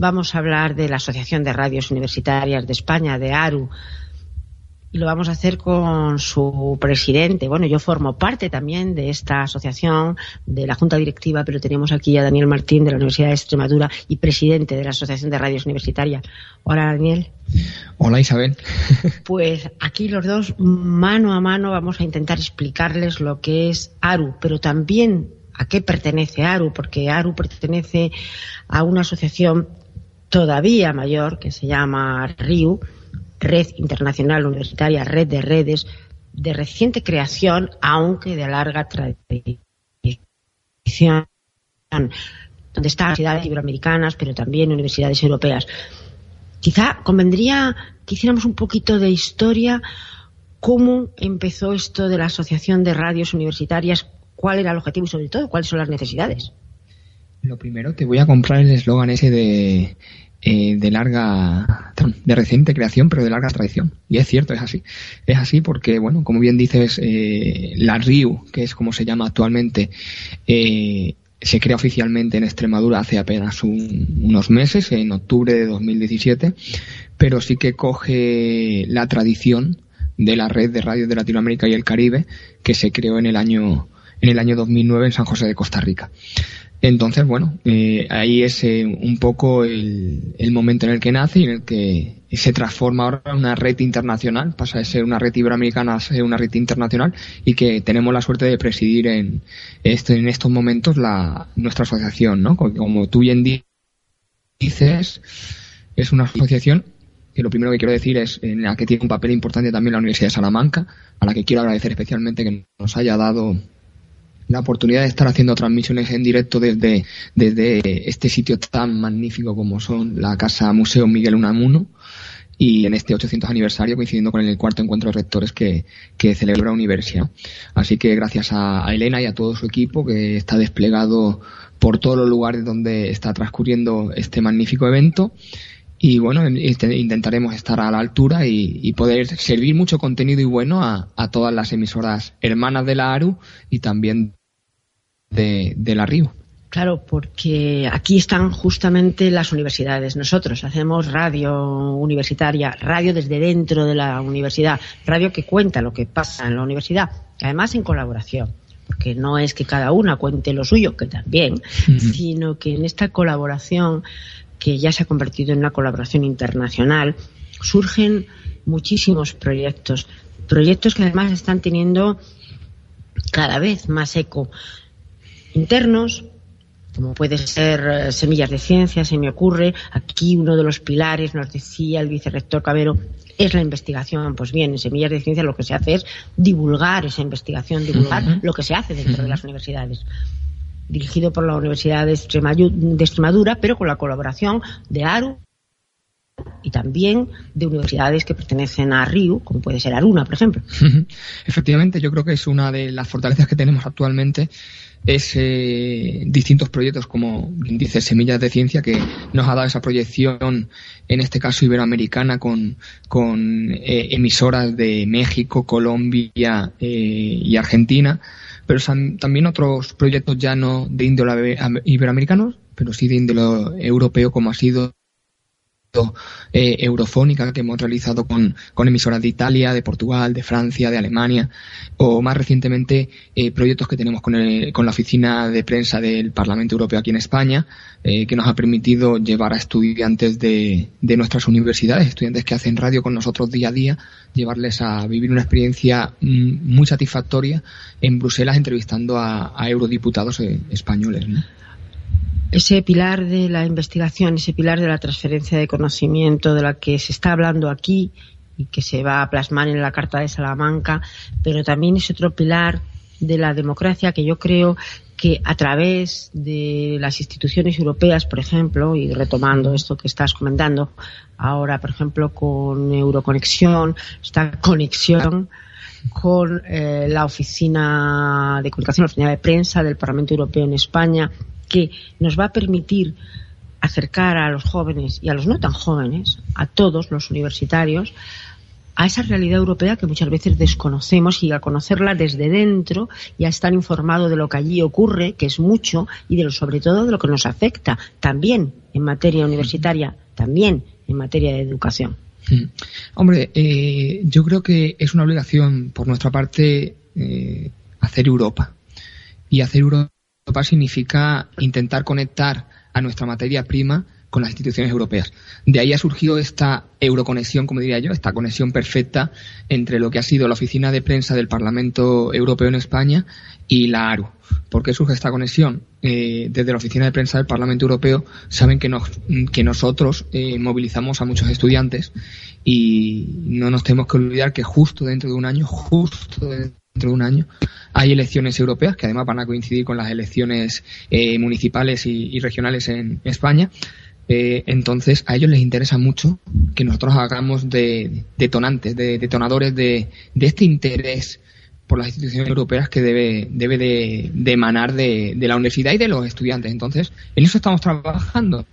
vamos a hablar de la Asociación de Radios Universitarias de España, de ARU, y lo vamos a hacer con su presidente. Bueno, yo formo parte también de esta asociación, de la Junta Directiva, pero tenemos aquí a Daniel Martín de la Universidad de Extremadura y presidente de la Asociación de Radios Universitarias. Hola, Daniel. Hola, Isabel. Pues aquí los dos, mano a mano, vamos a intentar explicarles lo que es ARU, pero también a qué pertenece ARU, porque ARU pertenece a una asociación todavía mayor que se llama RIU, Red Internacional Universitaria, Red de Redes, de reciente creación, aunque de larga tradición, donde están universidades iberoamericanas, pero también universidades europeas. Quizá convendría que hiciéramos un poquito de historia, cómo empezó esto de la Asociación de Radios Universitarias, cuál era el objetivo y, sobre todo, cuáles son las necesidades. Lo primero, te voy a comprar el eslogan ese de reciente creación, pero de larga tradición. Y es cierto, es así. Es así porque, bueno, como bien dices, la RIU, que es como se llama actualmente, se crea oficialmente en Extremadura hace apenas unos meses, en octubre de 2017, pero sí que coge la tradición de la Red de Radios de Latinoamérica y el Caribe, que se creó en el año 2009 en San José de Costa Rica. Entonces, bueno, ahí es un poco el momento en el que nace y en el que se transforma ahora en una red internacional, pasa de ser una red iberoamericana a ser una red internacional, y que tenemos la suerte de presidir en estos momentos nuestra asociación, ¿no? Como tú bien dices, es una asociación que lo primero que quiero decir es en la que tiene un papel importante también la Universidad de Salamanca, a la que quiero agradecer especialmente que nos haya dado la oportunidad de estar haciendo transmisiones en directo desde este sitio tan magnífico como son la Casa Museo Miguel Unamuno, y en este 800 aniversario coincidiendo con el cuarto encuentro de rectores que celebra Universia. Así que gracias a Elena y a todo su equipo, que está desplegado por todos los lugares donde está transcurriendo este magnífico evento. Y bueno, intentaremos estar a la altura y poder servir mucho contenido y bueno a todas las emisoras hermanas de la ARU y también de la RIU. Claro, porque aquí están justamente las universidades. Nosotros hacemos radio universitaria, radio desde dentro de la universidad, radio que cuenta lo que pasa en la universidad, además en colaboración. Porque no es que cada una cuente lo suyo, que también, sino que en esta colaboración, que ya se ha convertido en una colaboración internacional, surgen muchísimos proyectos que además están teniendo cada vez más eco internos, como puede ser Semillas de Ciencia. Se me ocurre aquí uno de los pilares, nos decía el vicerrector Cabero, es la investigación. Pues bien, en Semillas de Ciencia lo que se hace es divulgar esa investigación, divulgar lo que se hace dentro de las universidades, dirigido por la Universidad de Extremadura, pero con la colaboración de ARU y también de universidades que pertenecen a RIU, como puede ser Aruna, por ejemplo. Efectivamente, yo creo que es una de las fortalezas que tenemos actualmente, es distintos proyectos, como dice Semillas de Ciencia, que nos ha dado esa proyección, en este caso iberoamericana, con emisoras de México, Colombia y Argentina, pero también otros proyectos ya no de índole iberoamericanos, pero sí de índole europeo, como ha sido Eurofónica, que hemos realizado con emisoras de Italia, de Portugal, de Francia, de Alemania, o más recientemente proyectos que tenemos con la oficina de prensa del Parlamento Europeo aquí en España, que nos ha permitido llevar a estudiantes de nuestras universidades, estudiantes que hacen radio con nosotros día a día, llevarles a vivir una experiencia muy satisfactoria en Bruselas, entrevistando a eurodiputados españoles, ¿no? Ese pilar de la investigación, ese pilar de la transferencia de conocimiento de la que se está hablando aquí y que se va a plasmar en la Carta de Salamanca, pero también es otro pilar de la democracia que yo creo que a través de las instituciones europeas, por ejemplo, y retomando esto que estás comentando ahora, por ejemplo, con Euroconexión, esta conexión con la Oficina de Comunicación, la Oficina de Prensa del Parlamento Europeo en España, que nos va a permitir acercar a los jóvenes y a los no tan jóvenes, a todos los universitarios, a esa realidad europea que muchas veces desconocemos, y a conocerla desde dentro y a estar informado de lo que allí ocurre, que es mucho, y sobre todo de lo que nos afecta también en materia universitaria, también en materia de educación. Hombre, yo creo que es una obligación por nuestra parte hacer Europa. Y hacer Europa significa intentar conectar a nuestra materia prima con las instituciones europeas. De ahí ha surgido esta euroconexión, como diría yo, esta conexión perfecta entre lo que ha sido la oficina de prensa del Parlamento Europeo en España y la ARU. ¿Por qué surge esta conexión? Desde la oficina de prensa del Parlamento Europeo saben que nosotros movilizamos a muchos estudiantes, y no nos tenemos que olvidar que justo dentro de un año, hay elecciones europeas que además van a coincidir con las elecciones municipales y regionales en España. Entonces a ellos les interesa mucho que nosotros hagamos de detonadores de este interés por las instituciones europeas que debe de emanar de la universidad y de los estudiantes. Entonces, en eso estamos trabajando.